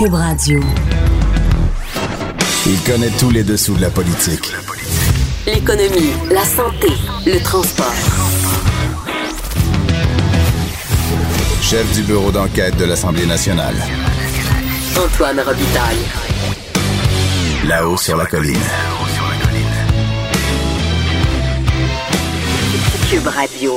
Cube Radio. Il connaît tous les dessous de la politique. L'économie, la santé, le transport. Chef du bureau d'enquête de l'Assemblée nationale. Antoine Robitaille. Là-haut sur la colline. Cube Radio.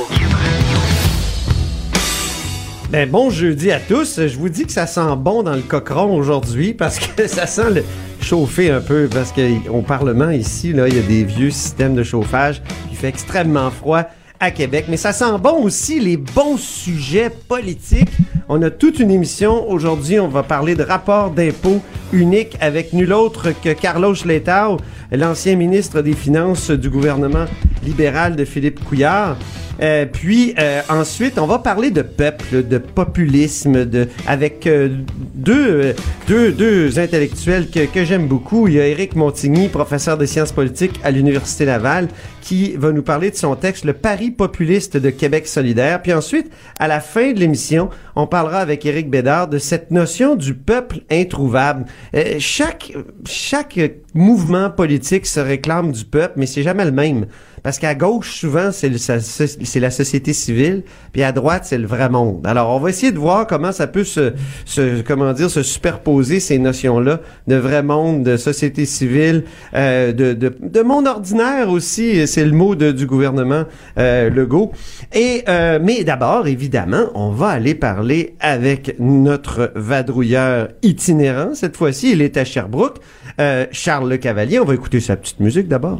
Ben, bon jeudi à tous. Je vous dis que ça sent bon dans le cochon aujourd'hui parce que ça sent le chauffer un peu parce qu'au Parlement ici, là, il y a des vieux systèmes de chauffage qui fait extrêmement froid à Québec. Mais ça sent bon aussi les bons sujets politiques. On a toute une émission. Aujourd'hui, on va parler de rapport d'impôt unique avec nul autre que Carlos Letao, l'ancien ministre des Finances du gouvernement libéral de Philippe Couillard. Puis ensuite, on va parler de peuple, de populisme, avec deux intellectuels que j'aime beaucoup. Il y a Éric Montigny, professeur de sciences politiques à l'Université Laval, qui va nous parler de son texte « Le pari populiste de Québec solidaire ». Puis ensuite, à la fin de l'émission, on parlera avec Éric Bédard de cette notion du peuple introuvable. Chaque mouvement politique se réclame du peuple, mais c'est jamais le même. Parce qu'à gauche, souvent, c'est la société civile, puis à droite, c'est le vrai monde. Alors, on va essayer de voir comment ça peut se superposer ces notions-là de vrai monde, de société civile, de monde ordinaire aussi, c'est le mot du gouvernement Legault. Mais d'abord, évidemment, on va aller parler avec notre vadrouilleur itinérant. Cette fois-ci, il est à Sherbrooke. Charles Le Cavalier. On va écouter sa petite musique d'abord.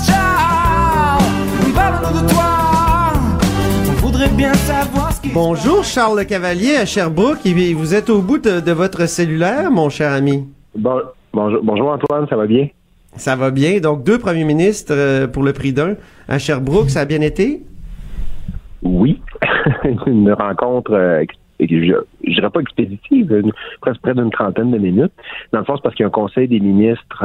Bonjour Charles Le Cavalier à Sherbrooke. Vous êtes au bout de votre cellulaire, mon cher ami. Bonjour Antoine, ça va bien? Ça va bien. Donc 2 premiers ministres pour le prix d'un à Sherbrooke, ça a bien été? Oui. Une rencontre je dirais pas expéditive, presque près d'une trentaine de minutes. Dans le fond, c'est parce qu'il y a un conseil des ministres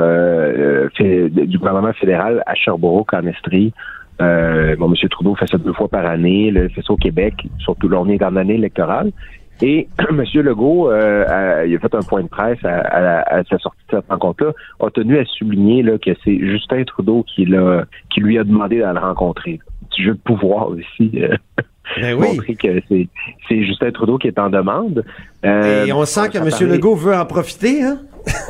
du gouvernement fédéral à Sherbrooke, en Estrie. M. Trudeau fait ça 2 fois par année, il fait ça au Québec, surtout là, on est dans l'année électorale. Et M. Legault, il a fait un point de presse à sa sortie de cette rencontre-là, a tenu à souligner là, que c'est Justin Trudeau qui lui a demandé d'aller le rencontrer. Petit jeu de pouvoir aussi. Ben oui. Montrer que c'est Justin Trudeau qui est en demande. Et on sent que M. Legault veut en profiter, hein?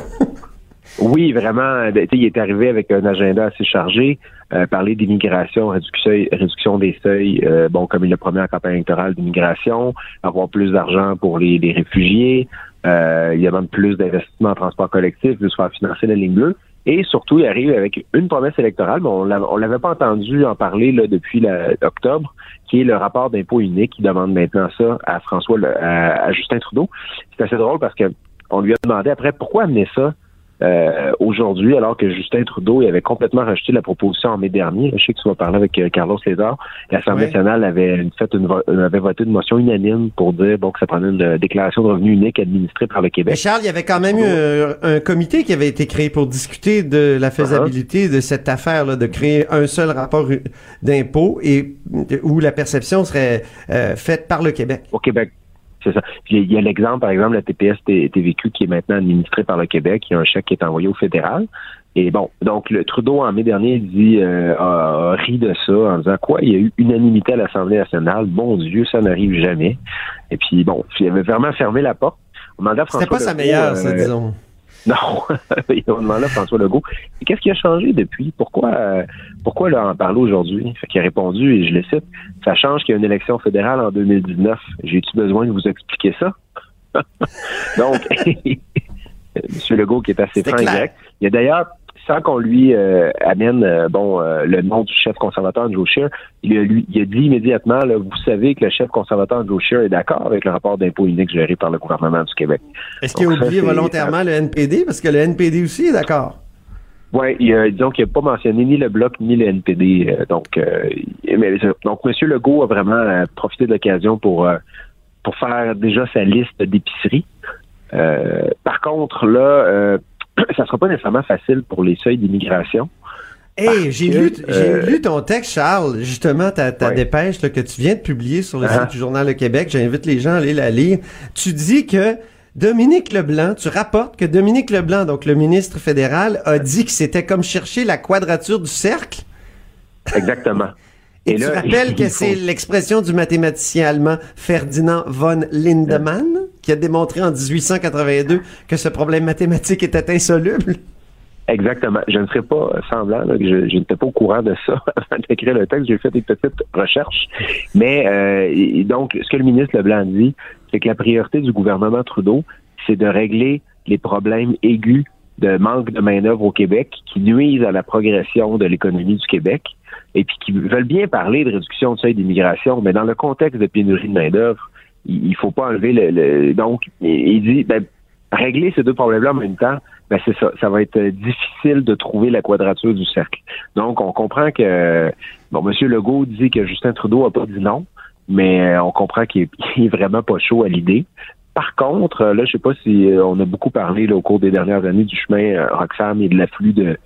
Oui, vraiment. Il est arrivé avec un agenda assez chargé. Parler d'immigration, réduction des seuils, comme il l'a promis en campagne électorale d'immigration, avoir plus d'argent pour les réfugiés, il y a même plus d'investissements en transport collectif, de se faire financer la ligne bleue. Et surtout, il arrive avec une promesse électorale, mais on l'avait pas entendu en parler là depuis octobre, qui est le rapport d'impôt unique qui demande maintenant ça à à Justin Trudeau. C'est assez drôle parce que on lui a demandé après pourquoi amener ça aujourd'hui, alors que Justin Trudeau il avait complètement rejeté la proposition en mai dernier. Je sais que tu vas parler avec Carlos Letao. L'Assemblée nationale avait voté une motion unanime pour dire que ça prenait une déclaration de revenu unique administrée par le Québec. Mais Charles, il y avait quand même eu un comité qui avait été créé pour discuter de la faisabilité de cette affaire-là, de créer un seul rapport d'impôt et où la perception serait faite par le Québec. Au Québec. C'est ça. Puis il y a l'exemple, par exemple, la TPS TVQ qui est maintenant administrée par le Québec. Il y a un chèque qui est envoyé au fédéral. Et donc le Trudeau, en mai dernier, a ri de ça en disant quoi? Il y a eu unanimité à l'Assemblée nationale. Bon Dieu, ça n'arrive jamais. Et puis il avait vraiment fermé la porte. C'était pas sa meilleure, ça, disons. Non, il a demandé à François Legault. Et qu'est-ce qui a changé depuis? Pourquoi là, en parler aujourd'hui? Fait qu'il a répondu, et je le cite, « Ça change qu'il y a une élection fédérale en 2019. J'ai-tu besoin de vous expliquer ça? » Donc, M. Legault qui est assez franc et direct. Il y a d'ailleurs, sans qu'on lui amène le nom du chef conservateur Joe Scheer, il a dit immédiatement, là, vous savez que le chef conservateur Joe Scheer est d'accord avec le rapport d'impôt unique géré par le gouvernement du Québec. Est-ce qu'il a oublié volontairement le NPD? Parce que le NPD aussi est d'accord. Oui, disons qu'il n'a pas mentionné ni le Bloc ni le NPD. Donc, M. Legault a vraiment profité de l'occasion pour faire déjà sa liste d'épicerie. Par contre, là, ça sera pas nécessairement facile pour les seuils d'immigration. Hey, j'ai lu ton texte, Charles, justement, ta dépêche là, que tu viens de publier sur le site du Journal Le Québec. J'invite les gens à aller la lire. Tu dis que Dominique Leblanc, tu rapportes que Dominique Leblanc, donc le ministre fédéral, a dit que c'était comme chercher la quadrature du cercle. Exactement. Et tu rappelles que c'est l'expression du mathématicien allemand Ferdinand von Lindemann qui a démontré en 1882 que ce problème mathématique était insoluble. Exactement. Je ne serais pas semblant là, que je n'étais pas au courant de ça avant d'écrire le texte. J'ai fait des petites recherches. Mais donc, ce que le ministre Leblanc dit, c'est que la priorité du gouvernement Trudeau, c'est de régler les problèmes aigus de manque de main-d'œuvre au Québec qui nuisent à la progression de l'économie du Québec et puis qui veulent bien parler de réduction du seuil d'immigration, mais dans le contexte de pénurie de main-d'œuvre, il faut pas enlever donc, il dit, régler ces deux problèmes-là en même temps, c'est ça. Ça va être difficile de trouver la quadrature du cercle. Donc, on comprend que, M. Legault dit que Justin Trudeau a pas dit non, mais on comprend qu'il est vraiment pas chaud à l'idée. Par contre, là, je sais pas si on a beaucoup parlé là, au cours des dernières années du chemin Roxham et de l'afflux de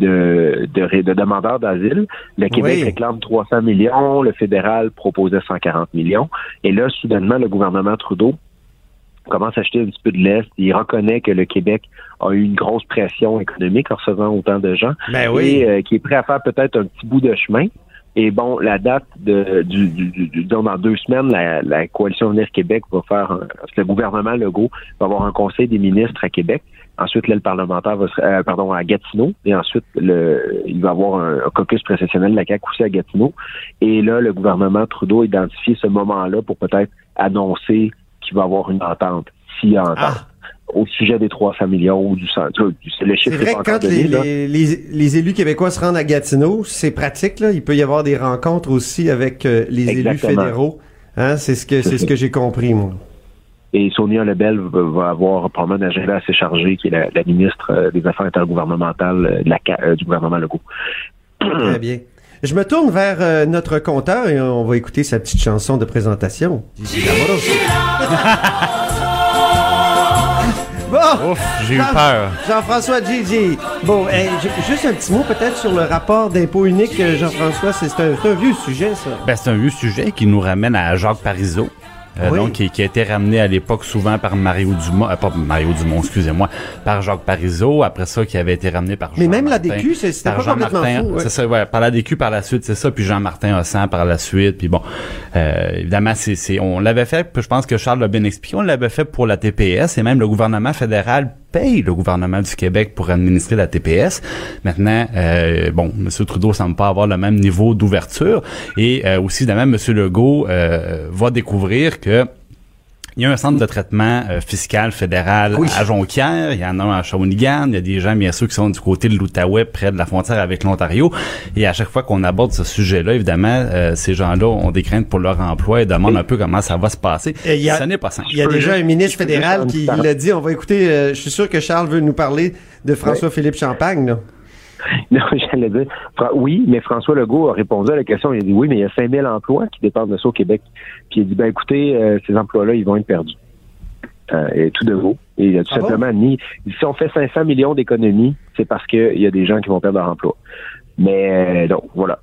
demandeurs d'asile. Le Québec réclame 300 millions, le fédéral proposait 140 millions. Et là, soudainement, le gouvernement Trudeau commence à acheter un petit peu de l'Est. Il reconnaît que le Québec a eu une grosse pression économique en recevant autant de gens et qui est prêt à faire peut-être un petit bout de chemin. Et bon, la date dans 2 semaines, la Coalition Avenir Québec va faire, le gouvernement Legault va avoir un conseil des ministres à Québec. Ensuite, l'aile parlementaire va à Gatineau. Et ensuite, il va y avoir un caucus précessionnel de la CAQ aussi à Gatineau. Et là, le gouvernement Trudeau a identifié ce moment-là pour peut-être annoncer qu'il va y avoir une entente, s'il y a entente. Au sujet des 300 millions ou du centre. Le chiffre c'est vrai que quand les élus québécois se rendent à Gatineau, c'est pratique, là. Il peut y avoir des rencontres aussi avec les élus fédéraux. Hein? C'est ce que j'ai compris, moi. Et Sonia Lebel va avoir probablement un agenda assez chargé, qui est la ministre des Affaires intergouvernementales du gouvernement Legault. Très bien. Je me tourne vers notre compteur et on va écouter sa petite chanson de présentation. Bon, ouf, j'ai eu peur. Jean-François Gigi. Bon, juste un petit mot peut-être sur le rapport d'impôt unique, Jean-François. C'est un vieux sujet, ça. C'est un vieux sujet qui nous ramène à Jacques Parizeau. Donc, qui a été ramené à l'époque souvent par Mario Dumont, par Jacques Parizeau, après ça, qui avait été ramené par Jean Mais même Martin, la DQ, c'était pas complètement fou. Ouais. C'est ça, par la DQ par la suite, c'est ça, puis Jean-Martin Hossan par la suite, puis bon, évidemment, on l'avait fait, je pense que Charles l'a bien expliqué, on l'avait fait pour la TPS, et même le gouvernement fédéral paye le gouvernement du Québec pour administrer la TPS. Maintenant, M. Trudeau semble pas avoir le même niveau d'ouverture. Et aussi, évidemment, M. Legault va découvrir que il y a un centre de traitement fiscal fédéral à Jonquière, il y en a un à Shawinigan, il y a des gens, bien sûr, qui sont du côté de l'Outaouais, près de la frontière avec l'Ontario. Et à chaque fois qu'on aborde ce sujet-là, évidemment, ces gens-là ont des craintes pour leur emploi et demandent un peu comment ça va se passer. Ce n'est pas simple. Il y a déjà un ministre fédéral qui l'a dit. On va écouter, je suis sûr que Charles veut nous parler de François-Philippe Champagne, là. Non, j'allais dire, oui, mais François Legault a répondu à la question. Il a dit oui, mais il y a 5000 emplois qui dépendent de ça au Québec. Puis il a dit, écoutez, ces emplois-là, ils vont être perdus. Et tout de go. Et il a tout simplement admis, si on fait 500 millions d'économies, c'est parce qu'il y a des gens qui vont perdre leur emploi. Mais donc, voilà.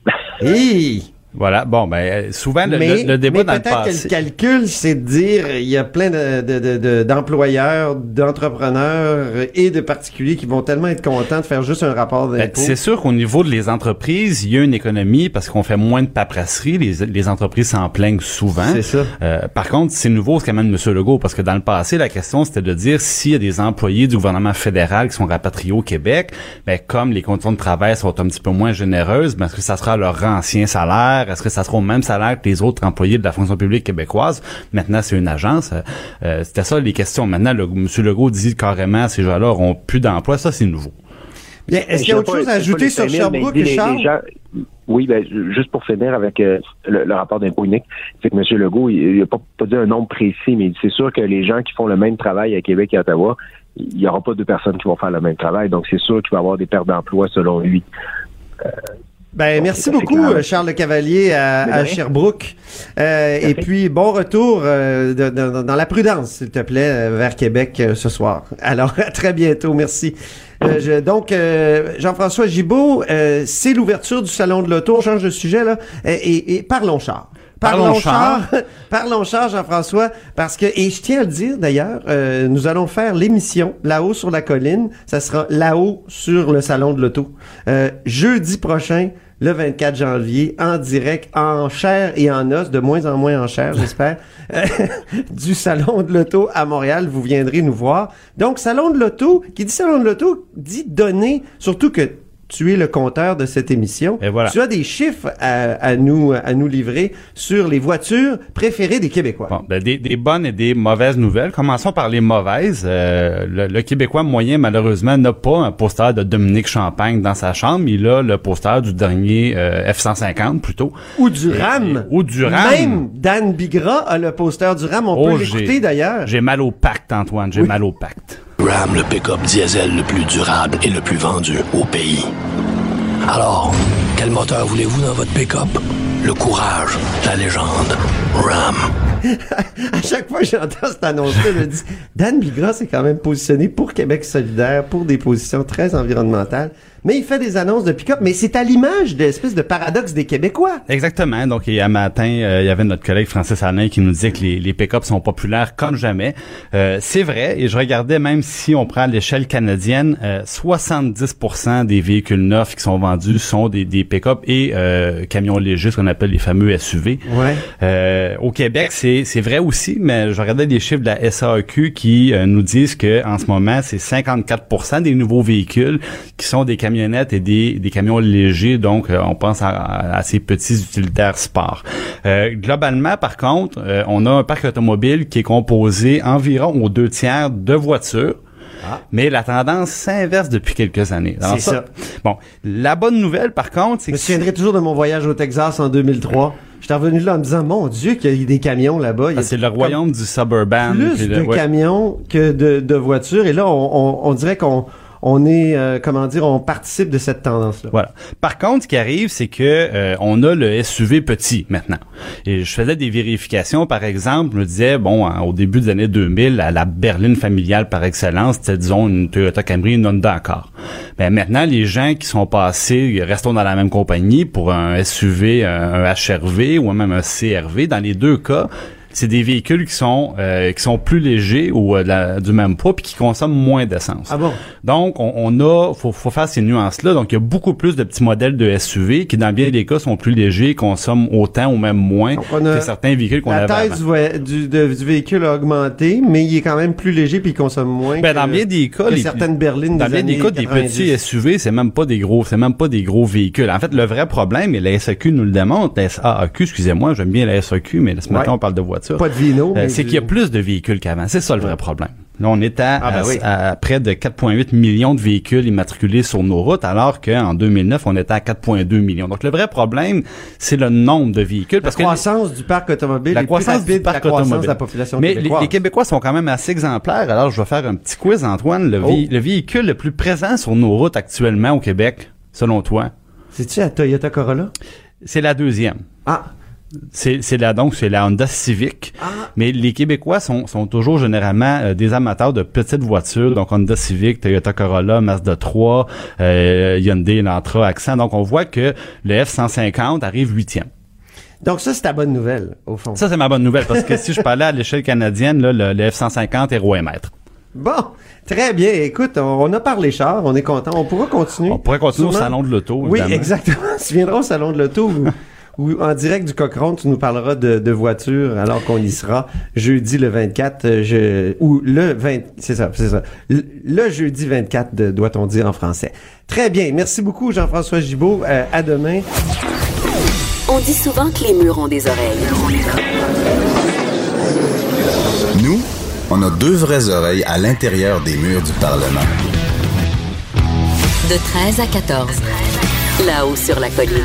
Voilà, bon, souvent, le débat dans le passé... peut-être que le calcul, c'est de dire, il y a plein d'employeurs, d'entrepreneurs et de particuliers qui vont tellement être contents de faire juste un rapport d'impôt. C'est sûr qu'au niveau de les entreprises, il y a une économie parce qu'on fait moins de paperasserie. Les entreprises s'en plaignent souvent. C'est ça. Par contre, c'est nouveau ce qu'amène M. Legault, parce que dans le passé, la question, c'était de dire s'il y a des employés du gouvernement fédéral qui sont rapatriés au Québec, comme les conditions de travail sont un petit peu moins généreuses, est-ce que ça sera leur ancien salaire? Est-ce que ça sera au même salaire que les autres employés de la fonction publique québécoise? Maintenant, c'est une agence. C'était ça les questions. Maintenant, M. Legault dit carrément ces gens-là auront plus d'emploi. Ça, c'est nouveau. Bien, est-ce qu'il y a autre chose à ajouter sur Sherbrooke, Charles? Oui, juste pour finir avec le rapport d'impôt unique, c'est que M. Legault, il n'a pas dit un nombre précis, mais c'est sûr que les gens qui font le même travail à Québec et à Ottawa, il n'y aura pas deux personnes qui vont faire le même travail. Donc, c'est sûr qu'il va y avoir des pertes d'emploi selon lui. Merci beaucoup, Charles Le Cavalier à Sherbrooke. Et puis, bon retour dans la prudence, s'il te plaît, vers Québec ce soir. Alors, à très bientôt. Merci. Donc, Jean-François Gibault, c'est l'ouverture du Salon de l'Auto. On change de sujet, là. Et parlons char. Parlons char. Parlons char, Jean-François, parce que, et je tiens à le dire d'ailleurs, nous allons faire l'émission là-haut sur la colline. Ça sera là-haut sur le salon de l'auto. Jeudi prochain, le 24 janvier, en direct, en chair et en os, de moins en moins en chair, j'espère, du salon de l'auto à Montréal. Vous viendrez nous voir. Donc, salon de l'auto, qui dit salon de l'auto, dit donner, surtout que tu es le compteur de cette émission. Et voilà. Tu as des chiffres à nous livrer sur les voitures préférées des Québécois. Bon, ben des bonnes et des mauvaises nouvelles. Commençons par les mauvaises. Le Québécois moyen, malheureusement, n'a pas un poster de Dominique Champagne dans sa chambre. Il a le poster du dernier F-150, plutôt. Ou du RAM. Ou du RAM. Même Dan Bigra a le poster du RAM. On peut l'écouter, d'ailleurs. J'ai mal au pacte, Antoine. J'ai mal au pacte. Ram, le pick-up diesel le plus durable et le plus vendu au pays. Alors, quel moteur voulez-vous dans votre pick-up? Le courage, la légende, Ram. À chaque fois que j'entends cette annonce-là, je me dis, Dan Bigra s'est quand même positionné pour Québec solidaire, pour des positions très environnementales. Mais il fait des annonces de pick-up, mais c'est à l'image de l'espèce de paradoxe des Québécois. Exactement. Donc, il y a un matin, il y avait notre collègue Francis Alain qui nous disait que les pick-up sont populaires comme jamais. C'est vrai, et je regardais, même si on prend l'échelle canadienne, 70% des véhicules neufs qui sont vendus sont des pick-up et camions légers, ce qu'on appelle les fameux SUV. Ouais. Au Québec, c'est vrai aussi, mais je regardais les chiffres de la SAQ qui nous disent que en ce moment, c'est 54% des nouveaux véhicules qui sont des camionnettes et des camions légers, donc on pense à ces petits utilitaires sport. Globalement, par contre, on a un parc automobile qui est composé environ aux 2/3 de voitures. Ah. Mais la tendance s'inverse depuis quelques années. C'est ça. Bon, la bonne nouvelle, par contre, c'est que... Je me souviendrai toujours de mon voyage au Texas en 2003. J'étais revenu là en me disant, mon Dieu, qu'il y a des camions là-bas. C'est le royaume du suburban. Plus de camions que de voitures. Et là, on dirait on est, on participe de cette tendance-là. Voilà. Par contre, ce qui arrive, c'est que on a le SUV petit maintenant. Et je faisais des vérifications, par exemple, je me disais, au début des années 2000, la berline familiale par excellence, c'était, disons, une Toyota Camry, une Honda Accord. Ben maintenant, les gens qui sont passés, restons dans la même compagnie, pour un SUV, un HRV ou même un CRV, dans les deux cas, c'est des véhicules qui sont plus légers ou du même poids puis qui consomment moins d'essence. Ah bon? Donc faut faire ces nuances là. Donc il y a beaucoup plus de petits modèles de SUV qui dans bien des cas sont plus légers, consomment autant ou même moins que certains véhicules qu'on avait avant. La taille du véhicule a augmenté, mais il est quand même plus léger puis il consomme moins. Dans bien des cas, certaines berlines dans bien des cas, des petits SUV, c'est même pas des gros véhicules. En fait, le vrai problème, et la SAQ nous le démontre, la SAQ, excusez-moi, j'aime bien la SAQ, mais ce matin on parle de voiture. Pas de vino. C'est qu'il y a plus de véhicules qu'avant. C'est ça le vrai problème. Là, on est à près de 4,8 millions de véhicules immatriculés sur nos routes, alors qu'en 2009, on était à 4,2 millions. Donc, le vrai problème, c'est le nombre de véhicules. La croissance du parc automobile est plus rapide que la croissance de la population québécoise. Mais les Québécois sont quand même assez exemplaires. Alors, je vais faire un petit quiz, Antoine. Le véhicule le plus présent sur nos routes actuellement au Québec, selon toi? C'est-tu la Toyota Corolla? C'est la deuxième. Ah! C'est la Honda Civic. Ah. Mais les Québécois sont toujours généralement des amateurs de petites voitures. Donc Honda Civic, Toyota Corolla, Mazda 3, Hyundai, Elantra, Accent. Donc on voit que le F-150 arrive 8e. Donc ça, c'est ta bonne nouvelle, au fond. Ça, c'est ma bonne nouvelle, parce que si je parlais à l'échelle canadienne, là, le F-150 est roi et maître. Bon, très bien. Écoute, on a parlé char, on est content. On pourra continuer. On pourrait continuer au salon de l'auto, évidemment. Oui, exactement. Tu viendras au salon de l'auto ou en direct du Cochon, tu nous parleras de voitures alors qu'on y sera jeudi le 24, ou le 20, c'est ça. Le jeudi 24, doit-on dire en français. Très bien. Merci beaucoup, Jean-François Gibault. À demain. On dit souvent que les murs ont des oreilles. Nous, on a 2 vraies oreilles à l'intérieur des murs du Parlement. De 13 à 14. Là-haut sur la colline.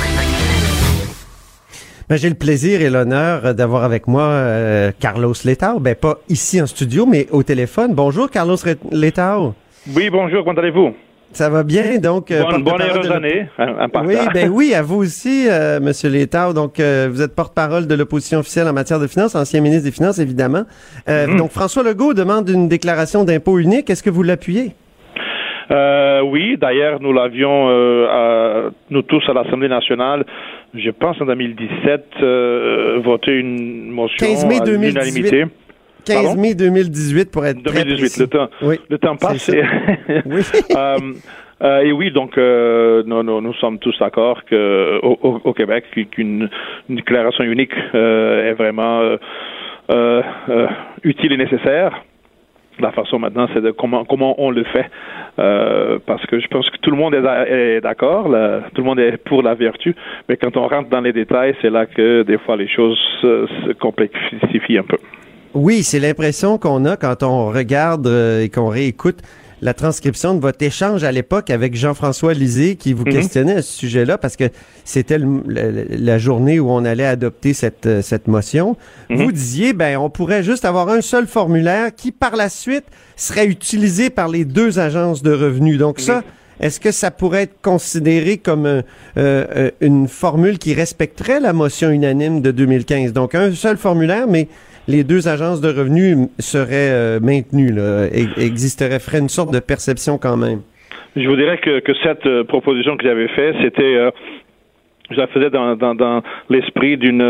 J'ai le plaisir et l'honneur d'avoir avec moi Carlos Letao. Pas ici en studio, mais au téléphone. Bonjour, Carlos Letao. Oui, bonjour, comment allez-vous? Ça va bien, donc... bonne heureuse année. Oui, à vous aussi, Monsieur Letao. Donc, vous êtes porte-parole de l'opposition officielle en matière de finances, ancien ministre des Finances, évidemment. Donc, François Legault demande une déclaration d'impôt unique. Est-ce que vous l'appuyez? Oui, d'ailleurs, nous l'avions, nous tous à l'Assemblée nationale, je pense en 2017, voté une motion 15 mai à 2018. l'unanimité. 15 mai 2018 pour être 2018, très précis. Le temps passe. Oui. Et oui, donc nous sommes tous d'accord que au Québec qu'une déclaration unique est vraiment utile et nécessaire. La façon maintenant, c'est de comment on le fait, parce que je pense que tout le monde est d'accord, tout le monde est pour la vertu, mais quand on rentre dans les détails, c'est là que des fois les choses se complexifient un peu. Oui, c'est l'impression qu'on a quand on regarde et qu'on réécoute la transcription de votre échange à l'époque avec Jean-François Lisée qui vous questionnait à ce sujet-là parce que c'était la journée où on allait adopter cette motion. Vous disiez, on pourrait juste avoir un seul formulaire qui, par la suite, serait utilisé par les deux agences de revenus. Donc ça, est-ce que ça pourrait être considéré comme une formule qui respecterait la motion unanime de 2015? Donc un seul formulaire, mais les deux agences de revenus seraient maintenues, ferait une sorte de perception quand même. Je vous dirais que cette proposition que j'avais faite, c'était, je la faisais dans l'esprit d'une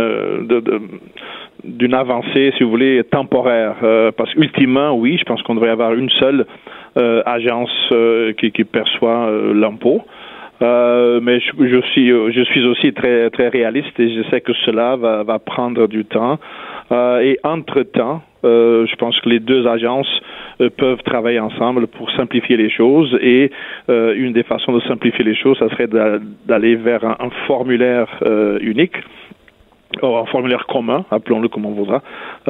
avancée, si vous voulez, temporaire. Parce qu'ultimement, oui, je pense qu'on devrait avoir une seule agence qui perçoit l'impôt. Mais je suis aussi très très réaliste et je sais que cela va prendre du temps. Et entre-temps, je pense que les deux agences peuvent travailler ensemble pour simplifier les choses. Et une des façons de simplifier les choses, ça serait d'aller vers un formulaire unique. Un formulaire commun, appelons-le comme on voudra,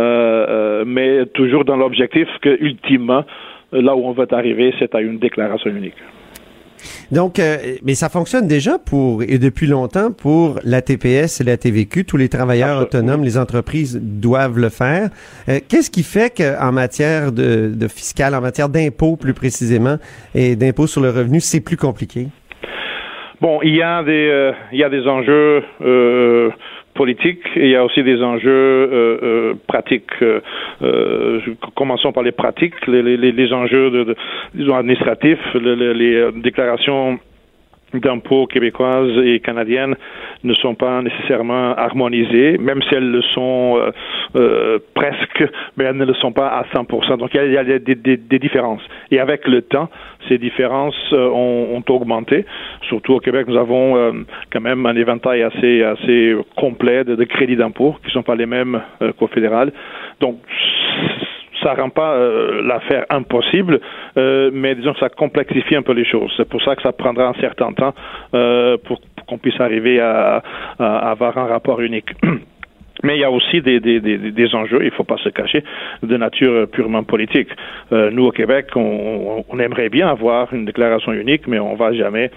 mais toujours dans l'objectif que, ultimement, là où on va arriver, c'est à une déclaration unique. Donc, mais ça fonctionne déjà et depuis longtemps pour la TPS et la TVQ. Tous les travailleurs autonomes, les entreprises doivent le faire. Qu'est-ce qui fait qu'en matière de fiscal, en matière d'impôts plus précisément, et d'impôts sur le revenu, c'est plus compliqué? Bon, il y a des enjeux politique, et il y a aussi des enjeux pratiques. Commençons par les pratiques, les enjeux disons administratifs, les déclarations d'impôts québécoises et canadiennes ne sont pas nécessairement harmonisées, même si elles le sont presque, mais elles ne le sont pas à 100%. Donc il y a des différences. Et avec le temps, ces différences ont augmenté. Surtout au Québec, nous avons quand même un éventail assez complet de crédits d'impôts qui ne sont pas les mêmes qu'au fédéral. Donc ça rend pas l'affaire impossible, mais disons que ça complexifie un peu les choses. C'est pour ça que ça prendra un certain temps pour qu'on puisse arriver à avoir un rapport unique. Mais il y a aussi des enjeux, il ne faut pas se cacher, de nature purement politique. Nous, au Québec, on aimerait bien avoir une déclaration unique, mais on va jamais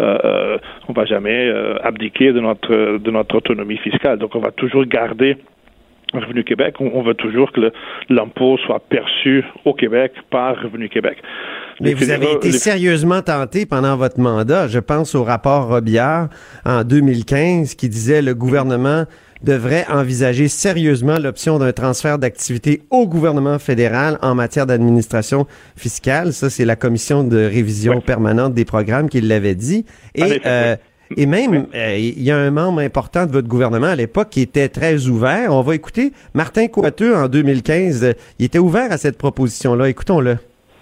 abdiquer de notre autonomie fiscale. Donc, on va toujours garder Revenu Québec. On veut toujours que l'impôt soit perçu au Québec par Revenu Québec. Mais vous avez été sérieusement tenté pendant votre mandat. Je pense au rapport Robillard en 2015 qui disait le gouvernement devrait envisager sérieusement l'option d'un transfert d'activité au gouvernement fédéral en matière d'administration fiscale. Ça, c'est la commission de révision permanente des programmes qui l'avait dit. Et même, il y a un membre important de votre gouvernement à l'époque qui était très ouvert. On va écouter Martin Coiteux en 2015. Il était ouvert à cette proposition-là. Écoutons-le.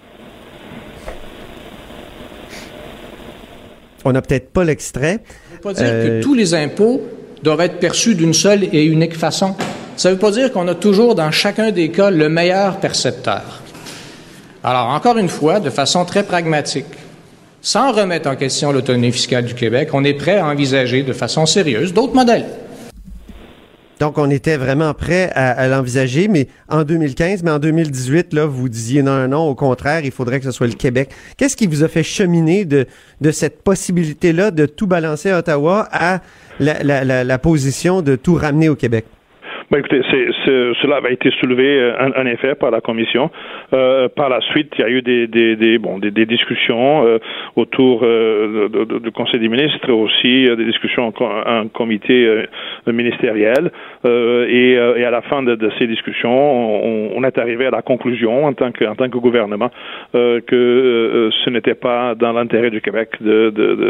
On n'a peut-être pas l'extrait. Ça ne veut pas dire que tous les impôts doivent être perçus d'une seule et unique façon. Ça ne veut pas dire qu'on a toujours, dans chacun des cas, le meilleur percepteur. Alors, encore une fois, de façon très pragmatique, sans remettre en question l'autonomie fiscale du Québec, on est prêt à envisager de façon sérieuse d'autres modèles. Donc, on était vraiment prêt à l'envisager, mais en 2015, mais en 2018, là, vous disiez non, au contraire, il faudrait que ce soit le Québec. Qu'est-ce qui vous a fait cheminer de cette possibilité-là de tout balancer à Ottawa à la position de tout ramener au Québec? Écoutez, cela avait été soulevé en effet par la commission. Par la suite, il y a eu des discussions autour du Conseil des ministres, aussi des discussions en comité ministériel. Et à la fin de ces discussions, on est arrivé à la conclusion en tant que gouvernement que ce n'était pas dans l'intérêt du Québec de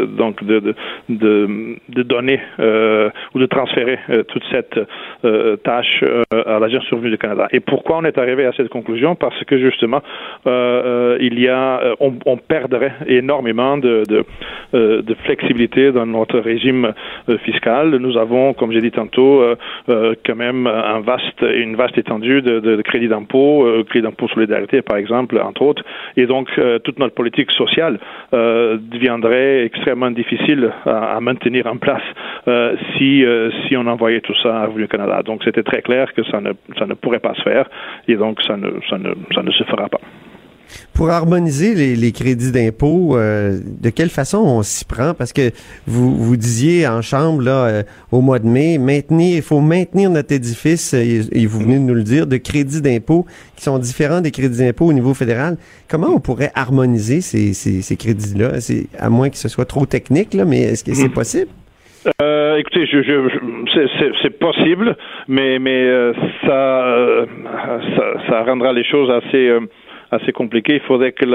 donner ou de transférer toute cette tâche à l'Agence sur le revenu du Canada. Et pourquoi on est arrivé à cette conclusion? Parce que justement, on perdrait énormément de flexibilité dans notre régime fiscal. Nous avons, comme j'ai dit tantôt, quand même une vaste étendue de crédits d'impôt, crédit d'impôt solidarité par exemple, entre autres, et donc toute notre politique sociale deviendrait extrêmement difficile à maintenir en place si on envoyait tout ça à Revenu Canada. Donc c'était très clair que ça ne pourrait pas se faire, et donc ça ne se fera pas. Pour harmoniser les crédits d'impôt, de quelle façon on s'y prend? Parce que vous disiez en chambre là au mois de mai, il faut maintenir notre édifice, et vous venez de nous le dire, de crédits d'impôt qui sont différents des crédits d'impôt au niveau fédéral. Comment on pourrait harmoniser ces crédits-là? C'est, à moins que ce soit trop technique, là, mais est-ce que c'est possible? Écoutez, c'est possible, mais ça rendra les choses assez compliqué. Il faudrait que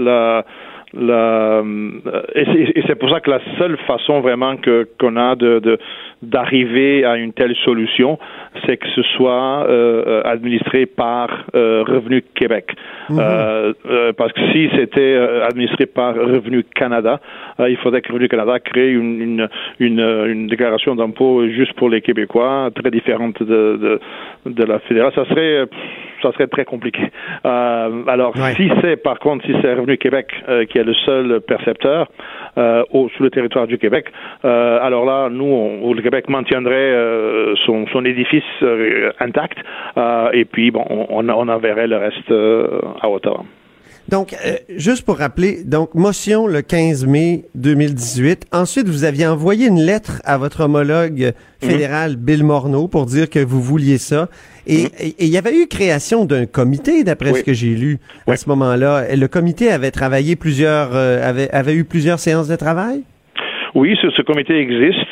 et c'est pour ça que la seule façon vraiment qu'on a d'arriver à une telle solution, c'est que ce soit administré par Revenu Québec. Parce que si c'était administré par Revenu Canada, il faudrait que Revenu Canada crée une déclaration d'impôt juste pour les Québécois, très différente de la fédérale. Ça serait très compliqué. Alors, si c'est Revenu Québec qui est le seul percepteur sous le territoire du Québec, alors là, nous, le Québec maintiendrait son édifice intact, et puis on enverrait le reste à Ottawa. Donc, juste pour rappeler, motion le 15 mai 2018. Ensuite, vous aviez envoyé une lettre à votre homologue fédéral, Bill Morneau, pour dire que vous vouliez ça. Et il y avait eu création d'un comité, d'après ce que j'ai lu à ce moment-là. Le comité avait travaillé avait eu plusieurs séances de travail? Oui, ce comité existe.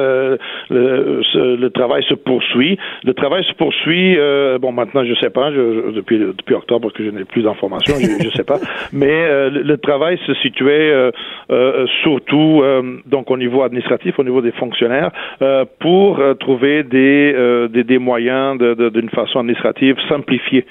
Le travail se poursuit. Maintenant, je sais pas. Depuis octobre que je n'ai plus d'informations, je sais pas. Mais le travail se situait surtout donc au niveau administratif, au niveau des fonctionnaires, pour trouver des moyens d'une façon administrative simplifier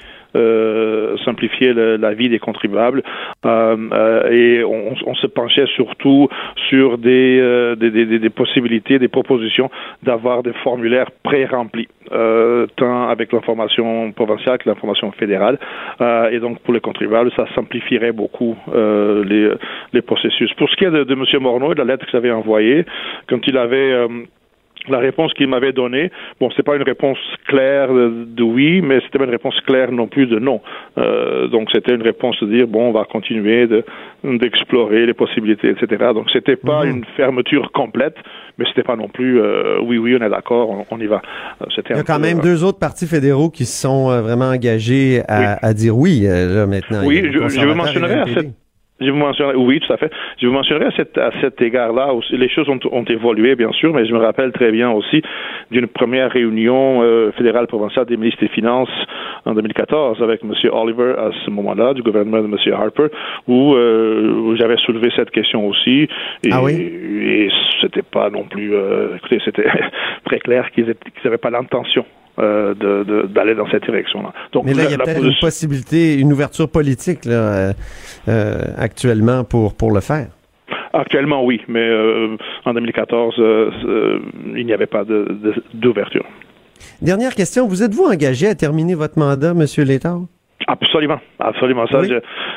la vie des contribuables, et on se penchait surtout sur des possibilités, des propositions d'avoir des formulaires pré-remplis, tant avec l'information provinciale que l'information fédérale, et donc pour les contribuables, ça simplifierait beaucoup les processus. Pour ce qui est de M. Morneau et de la lettre que j'avais envoyée, quand il avait la réponse qu'il m'avait donnée, c'est pas une réponse claire de oui, mais c'était pas une réponse claire non plus de non. Donc c'était une réponse de dire on va continuer d'explorer les possibilités, etc. Donc c'était pas une fermeture complète, mais c'était pas non plus oui, on est d'accord, on y va. Il y a quand même deux autres partis fédéraux qui se sont vraiment engagés à dire oui là maintenant. Oui, je vous mentionnerai oui, tout à fait. Je vous mentionnerai à cet égard-là aussi, les choses ont évolué, bien sûr, mais je me rappelle très bien aussi d'une première réunion fédérale provinciale des ministres des Finances en 2014 avec M. Oliver à ce moment-là, du gouvernement de M. Harper, où j'avais soulevé cette question aussi. Et c'était pas non plus... écoutez, c'était très clair qu'ils n'avaient pas l'intention d'aller dans cette direction-là. Donc, mais là, il y a peut-être une possibilité, une ouverture politique là, actuellement pour le faire. Actuellement, oui, mais en 2014, il n'y avait pas d'ouverture. Dernière question, vous êtes-vous engagé à terminer votre mandat, M. Létard? Absolument. Ça, oui.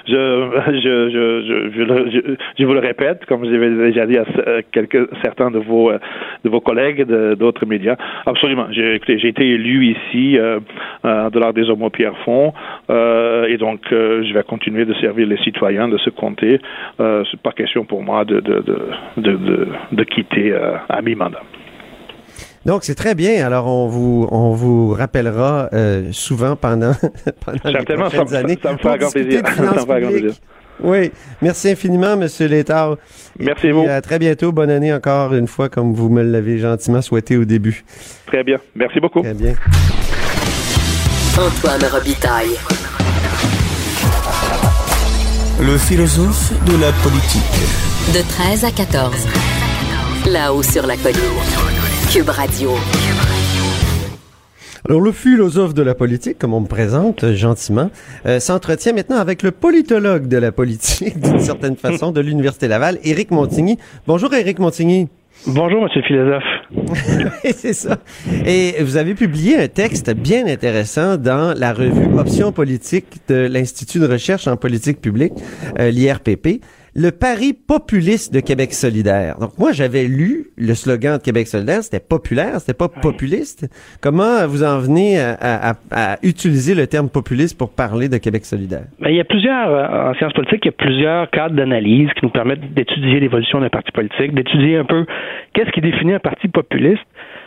Je vous le répète, comme je l'avais déjà dit à certains de vos collègues d'autres médias. Absolument. J'ai été élu ici de l'Ordre des Hommes Pierrefonds, et donc je vais continuer de servir les citoyens de ce comté. C'est pas question pour moi de quitter à mi-mandat. Donc, c'est très bien. Alors, on vous rappellera souvent pendant les prochaines années. Ça me fait encore plaisir. Oui. Merci infiniment, M. Létard. Merci à vous. À très bientôt. Bonne année encore une fois, comme vous me l'avez gentiment souhaité au début. Très bien. Merci beaucoup. Très bien. Antoine Robitaille. Le philosophe de la politique. De 13 à 14. Là-haut sur la colline. Cube Radio. Alors, le philosophe de la politique, comme on me présente gentiment, s'entretient maintenant avec le politologue de la politique, d'une certaine façon, de l'Université Laval, Éric Montigny. Bonjour, Éric Montigny. Bonjour, monsieur le philosophe. C'est ça. Et vous avez publié un texte bien intéressant dans la revue Options politiques de l'Institut de recherche en politique publique, l'IRPP. Le pari populiste de Québec solidaire. Donc, moi, j'avais lu le slogan de Québec solidaire, c'était populaire, c'était pas populiste. Comment vous en venez à utiliser le terme populiste pour parler de Québec solidaire? Il y a plusieurs, en sciences politiques, il y a plusieurs cadres d'analyse qui nous permettent d'étudier l'évolution d'un parti politique, d'étudier un peu qu'est-ce qui définit un parti populiste.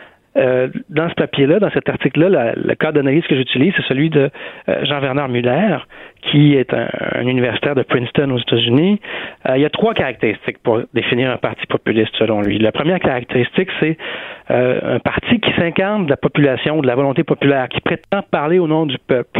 Dans ce papier-là, dans cet article-là, le cadre d'analyse que j'utilise, c'est celui de Jean-Werner Müller, qui est un universitaire de Princeton aux États-Unis. Il y a 3 caractéristiques pour définir un parti populiste, selon lui. La première caractéristique, c'est un parti qui s'incarne de la population, de la volonté populaire, qui prétend parler au nom du peuple.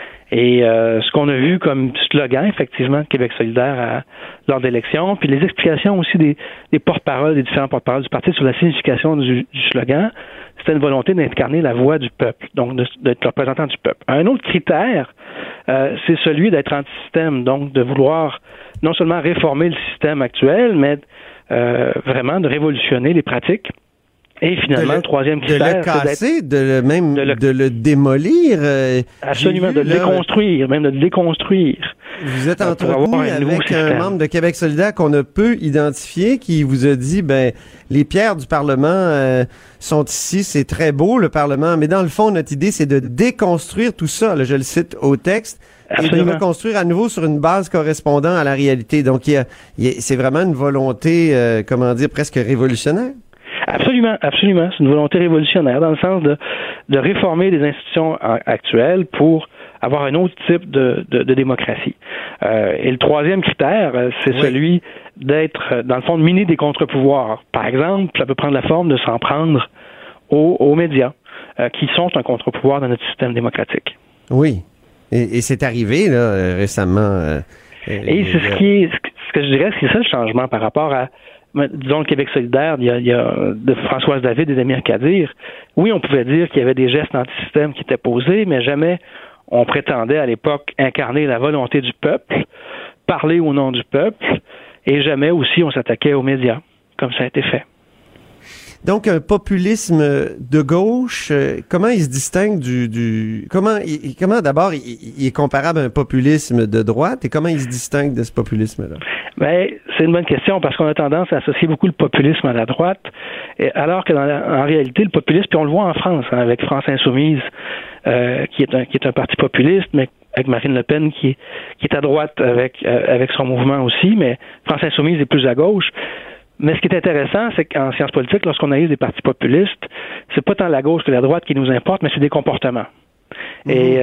Et ce qu'on a vu comme slogan, effectivement, de Québec solidaire lors d'élections, puis les explications aussi des porte-paroles, des différents porte-paroles du parti sur la signification du slogan, c'était une volonté d'incarner la voix du peuple, donc d'être représentant du peuple. Un autre critère, c'est celui d'être anti-système, donc de vouloir non seulement réformer le système actuel, mais vraiment de révolutionner les pratiques. Et finalement, le troisième critère, de le casser, de le démolir. Absolument, de le déconstruire, même de le déconstruire. Vous êtes entretenu avec un membre de Québec solidaire qu'on ne peut identifier, qui vous a dit, les pierres du Parlement sont ici, c'est très beau le Parlement, mais dans le fond, notre idée, c'est de déconstruire tout ça. Là, je le cite au texte. Absolument. Et de reconstruire à nouveau sur une base correspondant à la réalité. Donc, c'est vraiment une volonté, presque révolutionnaire. Absolument, absolument. C'est une volonté révolutionnaire dans le sens de réformer les institutions actuelles pour avoir un autre type de démocratie. Et le troisième critère, c'est celui d'être, dans le fond, de miner des contre-pouvoirs. Par exemple, ça peut prendre la forme de s'en prendre aux médias, qui sont un contre-pouvoir dans notre système démocratique. Oui. Et c'est arrivé, là, récemment. Et c'est ce que je dirais, c'est ça le changement par rapport à disons le Québec solidaire, il y a de Françoise David et d'Amir Kadir. Oui, on pouvait dire qu'il y avait des gestes anti-système qui étaient posés, mais jamais on prétendait à l'époque incarner la volonté du peuple, parler au nom du peuple, et jamais aussi on s'attaquait aux médias, comme ça a été fait. Donc, un populisme de gauche, comment il se distingue comment d'abord il est comparable à un populisme de droite et comment il se distingue de ce populisme-là? C'est une bonne question parce qu'on a tendance à associer beaucoup le populisme à la droite, alors que en réalité, le populisme, puis on le voit en France, avec France Insoumise, qui est un parti populiste, mais avec Marine Le Pen qui est à droite avec son mouvement aussi, mais France Insoumise est plus à gauche. Mais ce qui est intéressant, c'est qu'en sciences politiques, lorsqu'on analyse des partis populistes, c'est pas tant la gauche que la droite qui nous importe, mais c'est des comportements. Mm-hmm. Et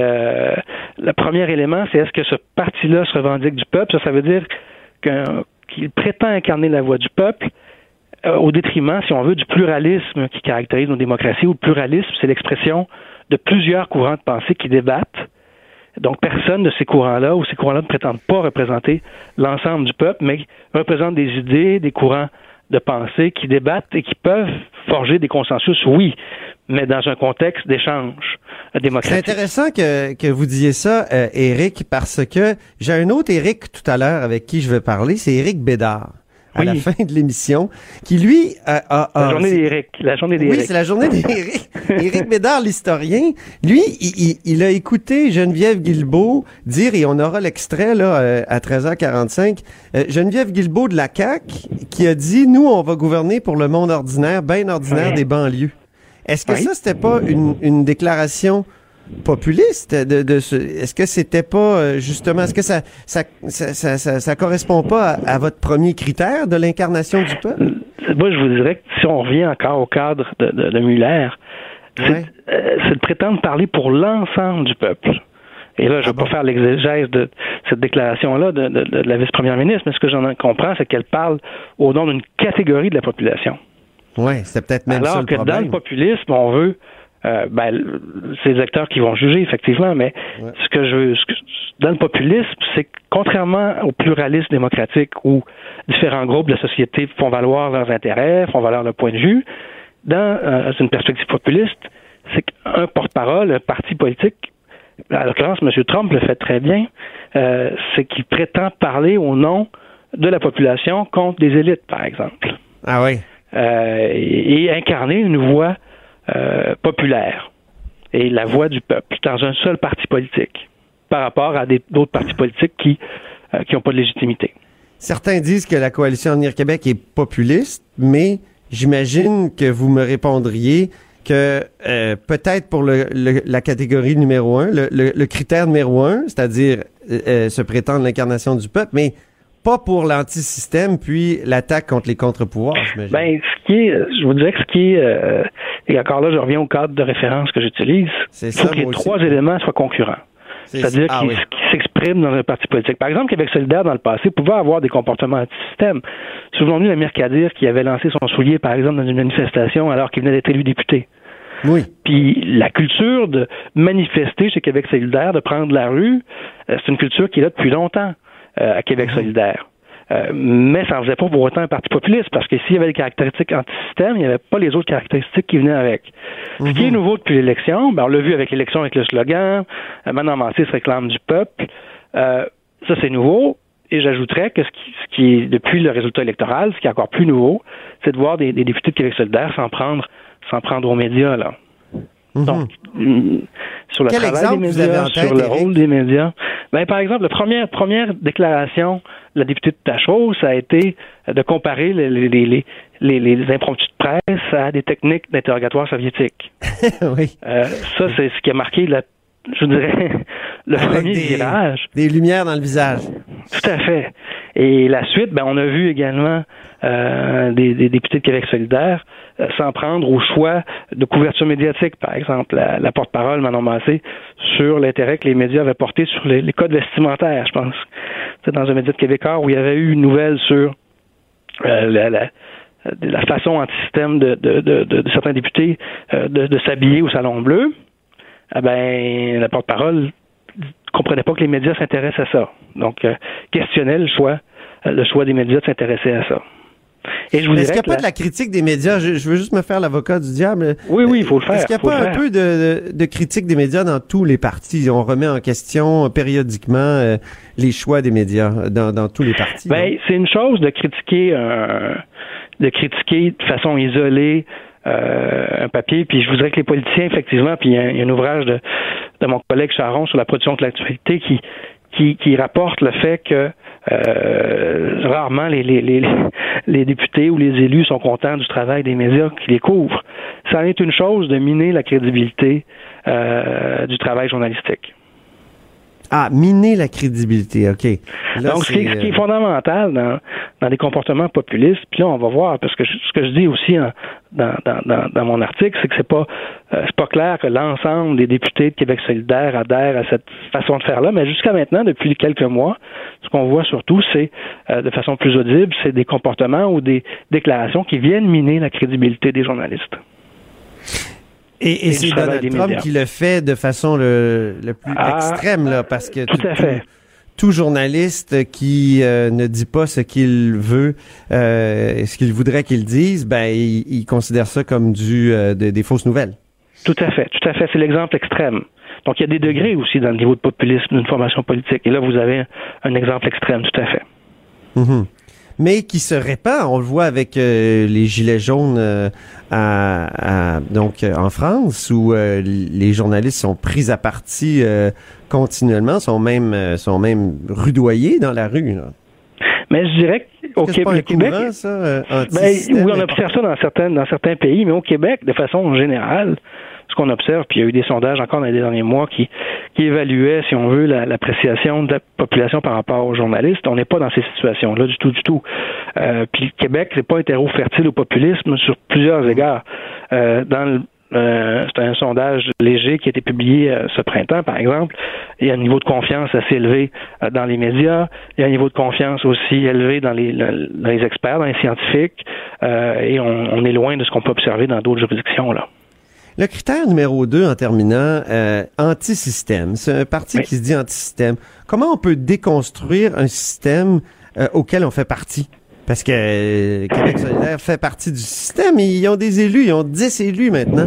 le premier élément, c'est est-ce que ce parti-là se revendique du peuple? Ça veut dire qu'il prétend incarner la voix du peuple au détriment, si on veut, du pluralisme qui caractérise nos démocraties. Ou le pluralisme, c'est l'expression de plusieurs courants de pensée qui débattent. Donc, personne de ces courants-là ou ces courants-là ne prétendent pas représenter l'ensemble du peuple, mais représentent des idées, des courants de pensée qui débattent et qui peuvent forger des consensus, oui, mais dans un contexte d'échange démocratique. C'est intéressant que vous disiez ça, Éric, parce que j'ai un autre Éric tout à l'heure avec qui je vais parler, c'est Éric Bédard. À la fin de l'émission, qui lui la journée d'Éric. Oui, c'est la journée d'Éric. Éric Bédard, l'historien, lui, il a écouté Geneviève Guilbeault dire, et on aura l'extrait là à 13h45, Geneviève Guilbeault de la CAQ, qui a dit, nous, on va gouverner pour le monde ordinaire, bien ordinaire des banlieues. Est-ce que ça, c'était pas une déclaration populiste est-ce que c'était pas justement, est-ce que ça correspond pas à votre premier critère de l'incarnation du peuple? moi, je vous dirais que si on revient encore au cadre de Muller, c'est de prétendre parler pour l'ensemble du peuple. Et là, je ne vais pas faire l'exégèse de cette déclaration-là de la vice-première ministre, mais ce que j'en comprends, c'est qu'elle parle au nom d'une catégorie de la population. Oui, c'est peut-être même ça le problème. Alors que dans le populisme, on veut... c'est les acteurs qui vont juger, effectivement, mais dans le populisme, c'est que contrairement au pluralisme démocratique où différents groupes de la société font valoir leurs intérêts, font valoir leur point de vue, dans une perspective populiste, c'est qu'un porte-parole, un parti politique, à l'occurrence, M. Trump le fait très bien, c'est qu'il prétend parler au nom de la population contre des élites, par exemple. Ah oui. Et incarner une voix populaire et la voix du peuple dans un seul parti politique par rapport à d'autres partis politiques qui n'ont pas de légitimité. Certains disent que la coalition Avenir Québec est populiste, mais j'imagine que vous me répondriez que peut-être pour la catégorie numéro 1, le critère numéro 1, c'est-à-dire se prétendre l'incarnation du peuple, mais pas pour l'antisystème, puis l'attaque contre les contre-pouvoirs, j'imagine. Ben, je vous dirais que et encore là, je reviens au cadre de référence que j'utilise, il faut que les trois éléments soient concurrents. C'est-à-dire qu'ils s'expriment dans un parti politique. Par exemple, Québec solidaire, dans le passé, pouvait avoir des comportements anti-système. Souvenons-nous d'Amir Kadir qui avait lancé son soulier, par exemple, dans une manifestation alors qu'il venait d'être élu député. Oui. Puis la culture de manifester chez Québec solidaire, de prendre la rue, c'est une culture qui est là depuis longtemps à Québec solidaire. Mais ça ne faisait pas pour autant un parti populiste, parce que s'il y avait des caractéristiques anti-système, il n'y avait pas les autres caractéristiques qui venaient avec. Ce qui est nouveau depuis l'élection, on l'a vu avec l'élection avec le slogan « Maintenant Mancé se réclame du peuple », ça c'est nouveau, et j'ajouterais que ce qui est depuis le résultat électoral, ce qui est encore plus nouveau, c'est de voir des députés de Québec solidaire s'en prendre aux médias, là. Donc, sur le travail des médias, sur le rôle des médias. Ben, par exemple, la première déclaration de la députée de Tachereau, ça a été de comparer les impromptus de presse à des techniques d'interrogatoire soviétiques. Oui. Ça, c'est ce qui a marqué, je dirais, le premier virage. Des lumières dans le visage. Tout à fait. Et la suite, on a vu également des députés de Québec solidaire s'en prendre au choix de couverture médiatique, par exemple. La porte-parole, Manon Massé, sur l'intérêt que les médias avaient porté sur les codes vestimentaires, je pense. C'est dans un média de québécois où il y avait eu une nouvelle sur la façon anti-système de certains députés de s'habiller au Salon Bleu. La porte-parole comprenait pas que les médias s'intéressent à ça. Donc, questionnait le choix des médias de s'intéresser à ça. Et je vous est-ce qu'il n'y a pas de la critique des médias? Je veux juste me faire l'avocat du diable. Oui, il faut le faire. Est-ce qu'il n'y a pas un peu de critique des médias dans tous les partis? On remet en question périodiquement les choix des médias dans tous les partis. C'est une chose de critiquer de façon isolée un papier, puis je vous dirais que les politiciens, effectivement, puis il y a un ouvrage de mon collègue Charon sur la production de l'actualité qui rapporte le fait que rarement les députés ou les élus sont contents du travail des médias qui les couvrent. Ça en est une chose de miner la crédibilité du travail journalistique. Ah, miner la crédibilité, OK. Là, donc, ce qui est fondamental dans des comportements populistes, puis là, on va voir, parce que ce que je dis aussi dans mon article, c'est que c'est pas clair que l'ensemble des députés de Québec solidaire adhèrent à cette façon de faire-là, mais jusqu'à maintenant, depuis quelques mois, ce qu'on voit surtout, c'est, de façon plus audible, c'est des comportements ou des déclarations qui viennent miner la crédibilité des journalistes. Et c'est Donald Trump qui le fait de façon le plus extrême, là, parce que tout journaliste qui ne dit pas ce qu'il veut, ce qu'il voudrait qu'il dise, il considère ça comme des fausses nouvelles. Tout à fait. C'est l'exemple extrême. Donc, il y a des degrés aussi dans le niveau de populisme d'une formation politique. Et là, vous avez un exemple extrême, tout à fait. Mm-hmm. Mais qui se répand, on le voit avec les gilets jaunes donc en France, où les journalistes sont pris à partie continuellement, sont même rudoyés dans la rue, là. Mais je dirais qu'au Québec, ça, oui, on observe ça dans certains pays, mais au Québec, de façon générale, ce qu'on observe, puis il y a eu des sondages encore dans les derniers mois qui évaluaient, si on veut, l'appréciation de la population par rapport aux journalistes. On n'est pas dans ces situations-là du tout. Puis le Québec, c'est pas un terreau fertile au populisme sur plusieurs égards. C'est un sondage léger qui a été publié ce printemps, par exemple. Il y a un niveau de confiance assez élevé dans les médias. Il y a un niveau de confiance aussi élevé dans les experts, dans les scientifiques. Et on est loin de ce qu'on peut observer dans d'autres juridictions, là. Le critère numéro 2, en terminant, anti-système. C'est un parti qui se dit anti-système. Comment on peut déconstruire un système auquel on fait partie? Parce que Québec solidaire fait partie du système. Ils ont des élus, ils ont 10 élus maintenant.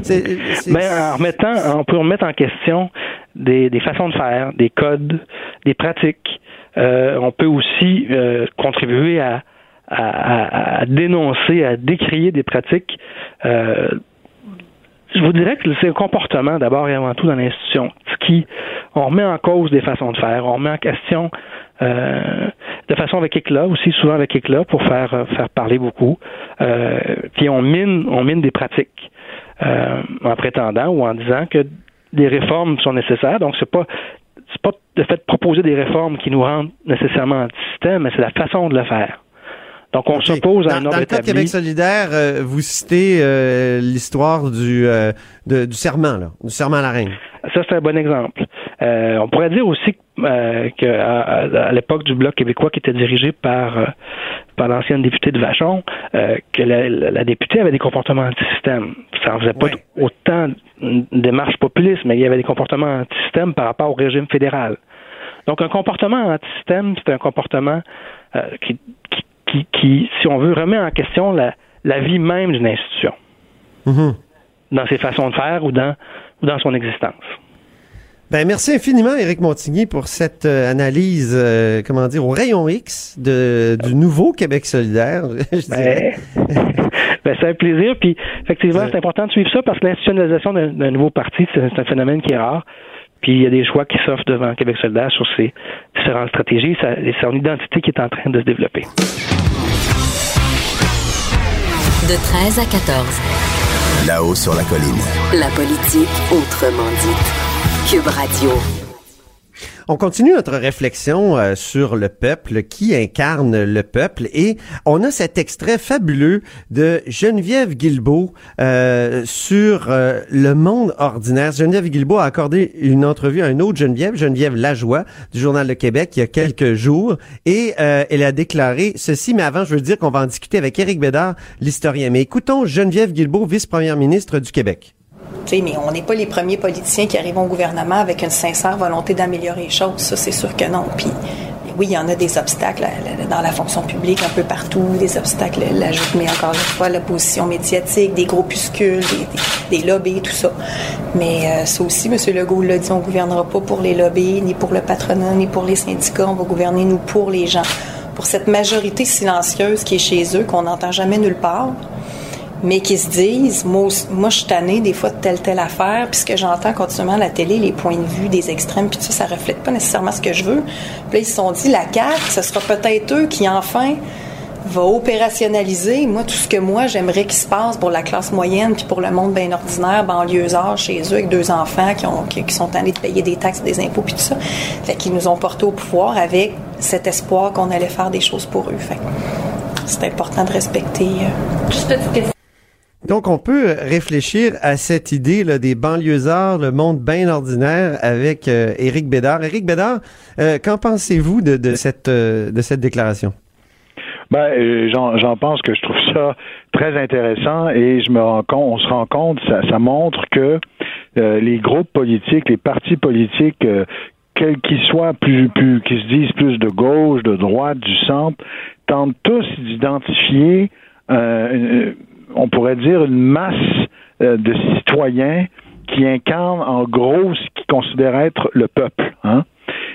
On peut remettre en question des façons de faire, des codes, des pratiques. On peut aussi contribuer à dénoncer, à décrier des pratiques. Je vous dirais que c'est le comportement, d'abord et avant tout, dans l'institution. On remet en cause des façons de faire, on remet en question de façon avec éclat, aussi souvent avec éclat, pour faire parler beaucoup. Puis on mine des pratiques en prétendant ou en disant que des réformes sont nécessaires. Donc c'est pas le fait de proposer des réformes qui nous rendent nécessairement anti-système, mais c'est la façon de le faire. Donc, on s'oppose à un ordre établi. Dans le cas de Québec solidaire, vous citez l'histoire du serment, là, du serment à la reine. Ça, c'est un bon exemple. On pourrait dire aussi qu'à l'époque du Bloc québécois qui était dirigé par l'ancienne députée de Vachon, que la députée avait des comportements anti-système. Ça en faisait pas autant une démarche populiste, mais il y avait des comportements anti-système par rapport au régime fédéral. Donc, un comportement anti-système, c'est un comportement qui, si on veut, remet en question la vie même d'une institution. Mm-hmm. Dans ses façons de faire ou dans son existence. Ben, merci infiniment, Éric Montigny, pour cette analyse, au rayon X du nouveau Québec solidaire, je dirais. C'est un plaisir, puis effectivement, c'est important de suivre ça parce que l'institutionnalisation d'un nouveau parti, c'est un phénomène qui est rare. Puis il y a des choix qui s'offrent devant Québec solidaire sur ses différentes stratégies. C'est son identité qui est en train de se développer. De 13 à 14. Là-haut sur la colline. La politique autrement dite. Cube Radio. On continue notre réflexion sur le peuple, qui incarne le peuple, et on a cet extrait fabuleux de Geneviève Guilbeault sur le monde ordinaire. Geneviève Guilbeault a accordé une entrevue à une autre Geneviève Lajoie, du Journal de Québec, il y a quelques jours, et elle a déclaré ceci, mais avant, je veux dire qu'on va en discuter avec Éric Bédard, l'historien. Mais écoutons Geneviève Guilbeault, vice-première ministre du Québec. Mais on n'est pas les premiers politiciens qui arrivent au gouvernement avec une sincère volonté d'améliorer les choses. Ça, c'est sûr que non. Puis, oui, il y en a des obstacles dans la fonction publique un peu partout, des obstacles, mais encore une fois, l'opposition médiatique, des groupuscules, des lobbies, tout ça. Mais ça aussi, M. Legault l'a dit, on ne gouvernera pas pour les lobbies, ni pour le patronat, ni pour les syndicats. On va gouverner, nous, pour les gens. Pour cette majorité silencieuse qui est chez eux, qu'on n'entend jamais nulle part, mais qui se disent, moi je suis tannée des fois de telle affaire, puis ce que j'entends continuellement à la télé, les points de vue des extrêmes, puis tout ça reflète pas nécessairement ce que je veux. Puis là, ils se sont dit, la CAQ, ce sera peut-être eux qui, enfin, va opérationnaliser, tout ce que j'aimerais qu'il se passe pour la classe moyenne, puis pour le monde bien ordinaire, banlieusard, chez eux, avec 2 enfants qui sont tannés de payer des taxes, des impôts, puis tout ça. Fait qu'ils nous ont portés au pouvoir avec cet espoir qu'on allait faire des choses pour eux. Fait c'est important de respecter. Juste petite question. Donc, on peut réfléchir à cette idée là, des banlieusards, le monde bien ordinaire avec Éric Bédard. Éric Bédard, qu'en pensez-vous de cette déclaration? J'en pense que je trouve ça très intéressant et on se rend compte, ça montre que les groupes politiques, les partis politiques, quels qu'ils soient, qui se disent plus de gauche, de droite, du centre, tentent tous d'identifier on pourrait dire une masse de citoyens qui incarnent en gros ce qu'ils considèrent être le peuple. Hein?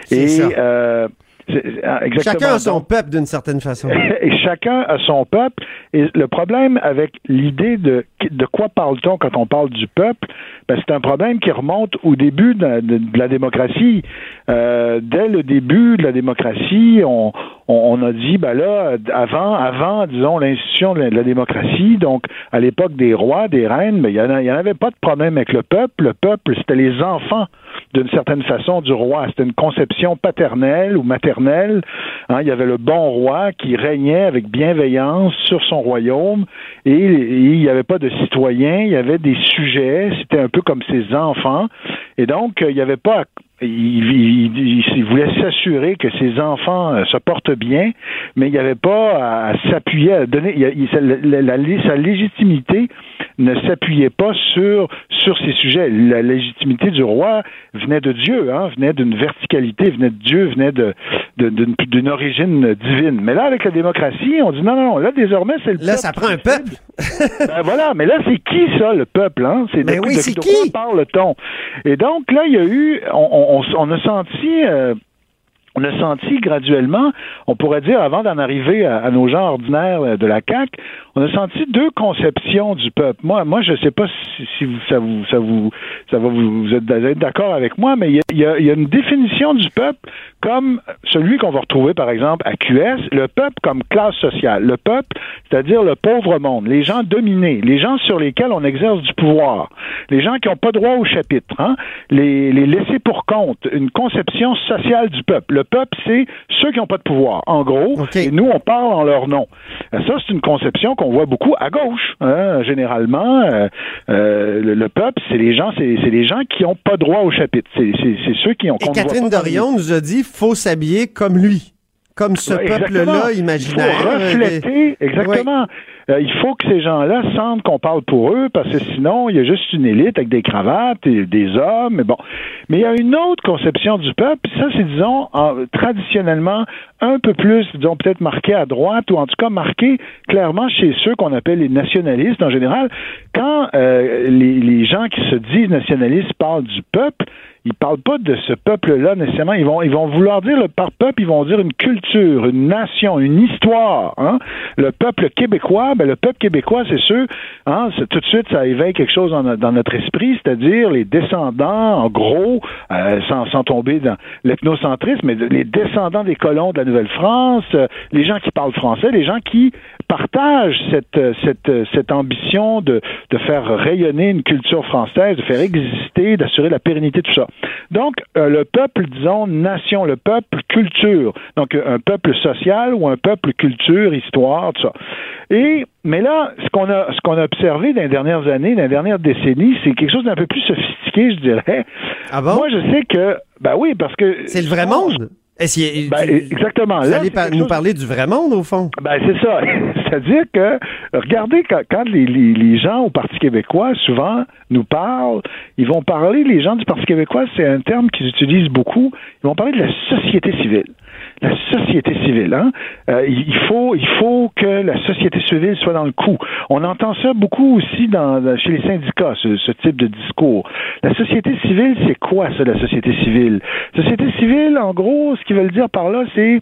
Exactement. Chacun a son peuple d'une certaine façon. Et chacun a son peuple. Et le problème avec l'idée de quoi parle-t-on quand on parle du peuple, c'est un problème qui remonte au début de la démocratie. Dès le début de la démocratie, on a dit, ben là, avant, disons, l'institution de la démocratie, donc à l'époque des rois, des reines, mais il y en avait pas de problème avec le peuple. Le peuple, c'était les enfants, d'une certaine façon, du roi. C'était une conception paternelle ou maternelle. Hein, il y avait le bon roi qui régnait avec bienveillance sur son royaume et il n'y avait pas de citoyens, il y avait des sujets, c'était un peu comme ses enfants. Et donc, il n'y avait pas... Il voulait s'assurer que ses enfants se portent bien, mais il n'y avait pas à s'appuyer, à donner... sa légitimité ne s'appuyait pas sur ces sujets. La légitimité du roi venait de Dieu, hein, venait d'une verticalité, venait de Dieu, venait d'une origine divine. Mais là, avec la démocratie, on dit non, là, désormais, c'est le peuple. Là, ça prend un peuple. Ben voilà, mais là, c'est qui ça, le peuple, hein? C'est de quoi parle-t-on? Et donc, là, il y a eu, on a senti... on a senti graduellement, on pourrait dire, avant d'en arriver à nos gens ordinaires de la CAQ, on a senti deux conceptions du peuple. Moi, je sais pas si vous êtes d'accord avec moi, mais il y a une définition du peuple comme celui qu'on va retrouver, par exemple, à QS, le peuple comme classe sociale. Le peuple, c'est-à-dire le pauvre monde, les gens dominés, les gens sur lesquels on exerce du pouvoir, les gens qui n'ont pas droit au chapitre, hein, les laissés pour compte, une conception sociale du peuple. Le peuple, c'est ceux qui n'ont pas de pouvoir, en gros, et nous, on parle en leur nom. Ça, c'est une conception qu'on voit beaucoup à gauche, hein, généralement. Le peuple, c'est les gens qui n'ont pas droit au chapitre. C'est ceux qui ont... Et Catherine Dorion nous a dit, faut s'habiller comme lui. Comme ce peuple-là imaginaire. Il faut refléter, exactement. Ouais. Il faut que ces gens-là sentent qu'on parle pour eux, parce que sinon, il y a juste une élite avec des cravates et des hommes. Mais bon. Mais il y a une autre conception du peuple, puis ça, c'est, disons, traditionnellement, un peu plus, disons, peut-être marqué à droite, ou en tout cas marqué clairement chez ceux qu'on appelle les nationalistes en général. Quand les gens qui se disent nationalistes parlent du peuple, ils parlent pas de ce peuple-là nécessairement. Ils vont vouloir dire par peuple, ils vont dire une culture, une nation, une histoire. Hein? Le peuple québécois, le peuple québécois, c'est sûr, hein, tout de suite, ça éveille quelque chose dans notre esprit, c'est-à-dire les descendants, en gros, sans tomber dans l'ethnocentrisme, mais les descendants des colons de la Nouvelle-France, les gens qui parlent français, les gens qui partagent cette ambition de faire rayonner une culture française, de faire exister, d'assurer la pérennité, tout ça. Donc, le peuple, disons, nation, le peuple, culture. Donc, un peuple social ou un peuple, culture, histoire, tout ça. Mais là, ce qu'on a observé dans les dernières années, dans les dernières décennies, c'est quelque chose d'un peu plus sophistiqué, je dirais. Ah bon? Moi, je sais que, oui, parce que... C'est le vrai monde? Exactement. Vous allez nous parler du vrai monde, au fond? C'est ça. C'est-à-dire que, regardez, quand les gens au Parti québécois, souvent, nous parlent, ils vont parler, les gens du Parti québécois, c'est un terme qu'ils utilisent beaucoup, ils vont parler de la société civile. La société civile, hein? Il faut que la société civile soit dans le coup. On entend ça beaucoup aussi chez les syndicats, ce type de discours. La société civile, c'est quoi ça, la société civile? Société civile, en gros, ce qu'ils veulent dire par là, c'est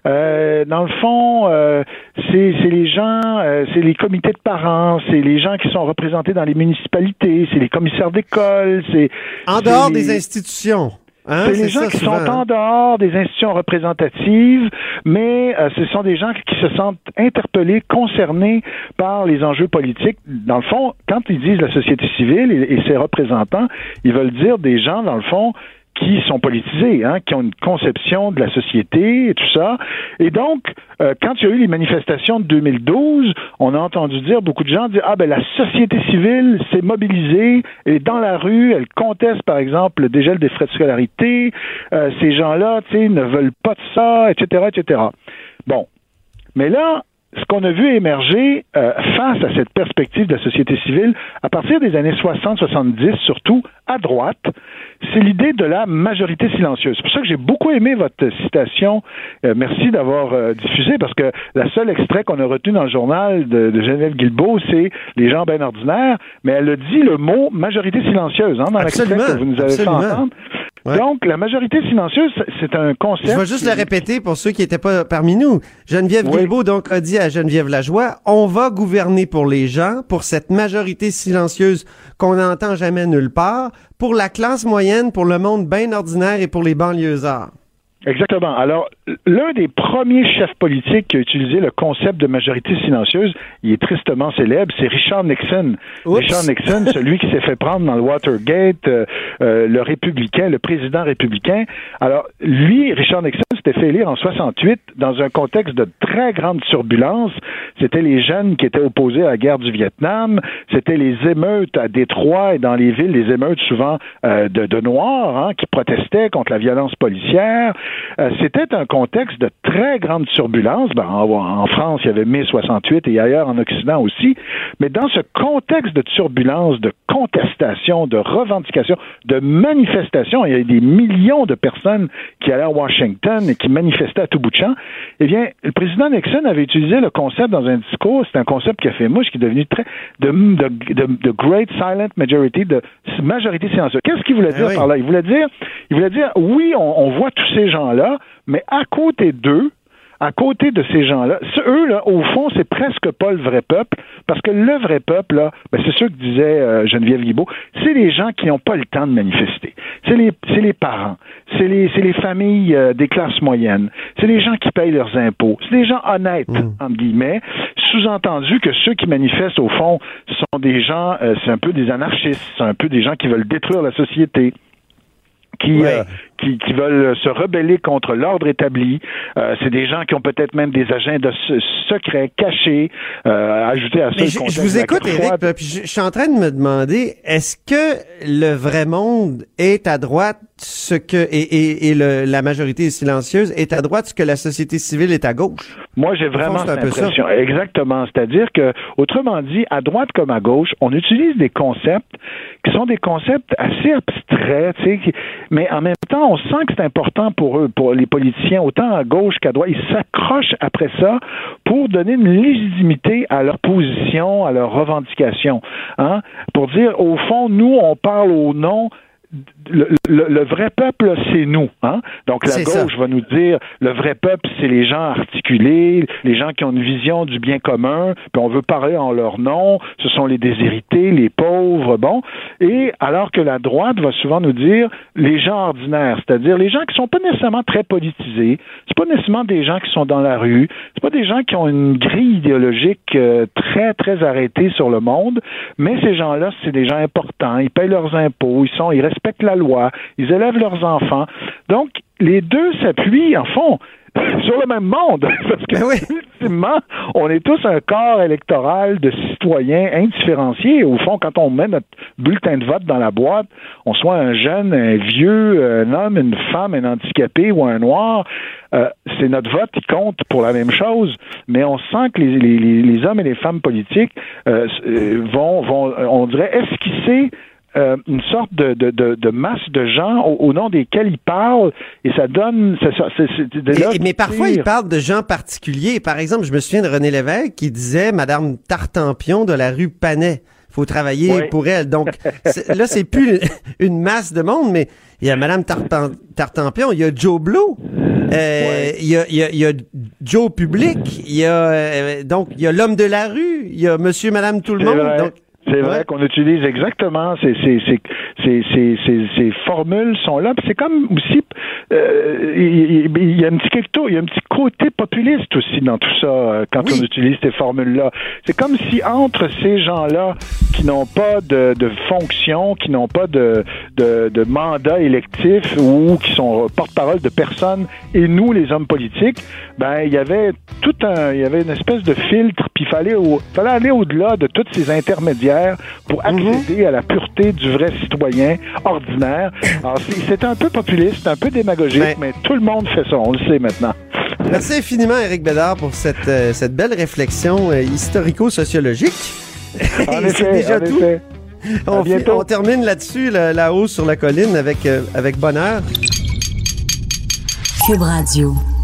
dans le fond, c'est les gens, c'est les comités de parents, c'est les gens qui sont représentés dans les municipalités, c'est les commissaires d'école, c'est... En dehors des institutions. Hein, c'est les gens qui sont en dehors des institutions représentatives, mais ce sont des gens qui se sentent interpellés, concernés par les enjeux politiques. Dans le fond, quand ils disent la société civile et ses représentants, ils veulent dire des gens, dans le fond, qui sont politisés, hein, qui ont une conception de la société et tout ça. Et donc, quand il y a eu les manifestations de 2012, on a entendu dire, beaucoup de gens dire, la société civile s'est mobilisée, elle est dans la rue, elle conteste, par exemple, le dégel des frais de scolarité, ces gens-là, tu sais, ne veulent pas de ça, etc., etc. Bon. Mais là, ce qu'on a vu émerger face à cette perspective de la société civile, à partir des années 60-70, surtout à droite, c'est l'idée de la majorité silencieuse. C'est pour ça que j'ai beaucoup aimé votre citation. Merci d'avoir diffusé, parce que la seule extrait qu'on a retenu dans le journal de Geneviève Guilbeault, c'est les gens bien ordinaires, mais elle a dit le mot majorité silencieuse, hein, dans l'extrait que vous nous avez fait entendre. Ouais. Donc, la majorité silencieuse, c'est un concept... Je vais juste le répéter pour ceux qui n'étaient pas parmi nous. Geneviève Guilbeault, donc, a dit à Geneviève Lajoie, on va gouverner pour les gens, pour cette majorité silencieuse qu'on n'entend jamais nulle part, pour la classe moyenne, pour le monde bien ordinaire et pour les banlieusards. Exactement. Alors, l'un des premiers chefs politiques qui a utilisé le concept de majorité silencieuse, il est tristement célèbre, c'est Richard Nixon. Oups. Richard Nixon, celui qui s'est fait prendre dans le Watergate, le républicain, le président républicain. Alors, lui, Richard Nixon, s'était fait élire en 68 dans un contexte de très grande turbulence. C'était les jeunes qui étaient opposés à la guerre du Vietnam. C'était les émeutes à Détroit et dans les villes, les émeutes souvent de Noirs qui protestaient contre la violence policière. C'était un contexte de très grande turbulence. En France, il y avait mai 68 et ailleurs en Occident aussi. Mais dans ce contexte de turbulence, de contestation, de revendication, de manifestation, il y avait des millions de personnes qui allaient à Washington et qui manifestaient à tout bout de champ. Eh bien, le président Nixon avait utilisé le concept dans un discours. C'est un concept qui a fait mouche, qui est devenu de Great Silent Majority, de majorité silencieuse. Qu'est-ce qu'il voulait dire par là? Il voulait dire, oui, on voit tous ces gens-là, mais à côté d'eux, à côté de ces gens-là, eux, là, au fond, c'est presque pas le vrai peuple, parce que le vrai peuple, là, c'est ce que disait Geneviève Guilbeault, c'est les gens qui n'ont pas le temps de manifester. C'est les parents, c'est les familles des classes moyennes, c'est les gens qui payent leurs impôts, c'est des gens honnêtes, entre guillemets, sous-entendu que ceux qui manifestent, au fond, sont des gens, c'est un peu des anarchistes, c'est un peu des gens qui veulent détruire la société. Qui veulent se rebeller contre l'ordre établi. C'est des gens qui ont peut-être même des agendas secrets, cachés, ajoutés à ça. Je vous écoute, Éric, puis je suis en train de me demander, est-ce que le vrai monde est à droite la majorité silencieuse est à droite, ce que la société civile est à gauche? Moi, j'ai vraiment cette impression. Exactement. C'est-à-dire que, autrement dit, à droite comme à gauche, on utilise des concepts qui sont des concepts assez abstraits, mais en même temps, on sent que c'est important pour eux, pour les politiciens, autant à gauche qu'à droite. Ils s'accrochent après ça pour donner une légitimité à leur position, à leurs revendications. Pour dire, au fond, nous, on parle au nom. Le vrai peuple, c'est nous. Donc, la gauche va nous dire, le vrai peuple, c'est les gens articulés, les gens qui ont une vision du bien commun, puis on veut parler en leur nom, ce sont les déshérités, les pauvres, et alors que la droite va souvent nous dire les gens ordinaires, c'est-à-dire les gens qui sont pas nécessairement très politisés, c'est pas nécessairement des gens qui sont dans la rue, c'est pas des gens qui ont une grille idéologique très, très arrêtée sur le monde, mais ces gens-là, c'est des gens importants, ils payent leurs impôts, ils respectent la loi, ils élèvent leurs enfants. Donc, les deux s'appuient, en fond, sur le même monde. Parce que, ultimement, on est tous un corps électoral de citoyens indifférenciés. Au fond, quand on met notre bulletin de vote dans la boîte, on soit un jeune, un vieux, un homme, une femme, un handicapé ou un noir, c'est notre vote qui compte pour la même chose. Mais on sent que les hommes et les femmes politiques vont, on dirait, esquisser une sorte de masse de gens au nom desquels ils parlent et ça donne... Mais parfois, ils parlent de gens particuliers. Par exemple, je me souviens de René Lévesque qui disait « Madame Tartampion de la rue Panet ». Faut travailler pour elle. Donc, là, c'est plus une masse de monde, mais il y a Madame Tartampion, il y a Joe Blow, il y a Joe Public, il y a l'homme de la rue, il y a Monsieur, Madame, tout le monde. Donc, c'est vrai qu'on utilise exactement ces formules sont là. Puis c'est comme aussi il y a un petit côté populiste aussi dans tout ça quand on utilise ces formules-là. C'est comme si entre ces gens-là qui n'ont pas de fonction, qui n'ont pas de mandat électif ou qui sont porte-parole de personne et nous les hommes politiques, il y avait une espèce de filtre. Puis il fallait aller au-delà de tous ces intermédiaires pour accéder à la pureté du vrai citoyen ordinaire. Alors, c'est un peu populiste, un peu démagogique, mais tout le monde fait ça, on le sait maintenant. Merci infiniment, Éric Bédard, pour cette belle réflexion historico-sociologique. En effet, c'est déjà tout. On termine là-dessus, là-haut sur la colline, avec bonheur. Cube Radio.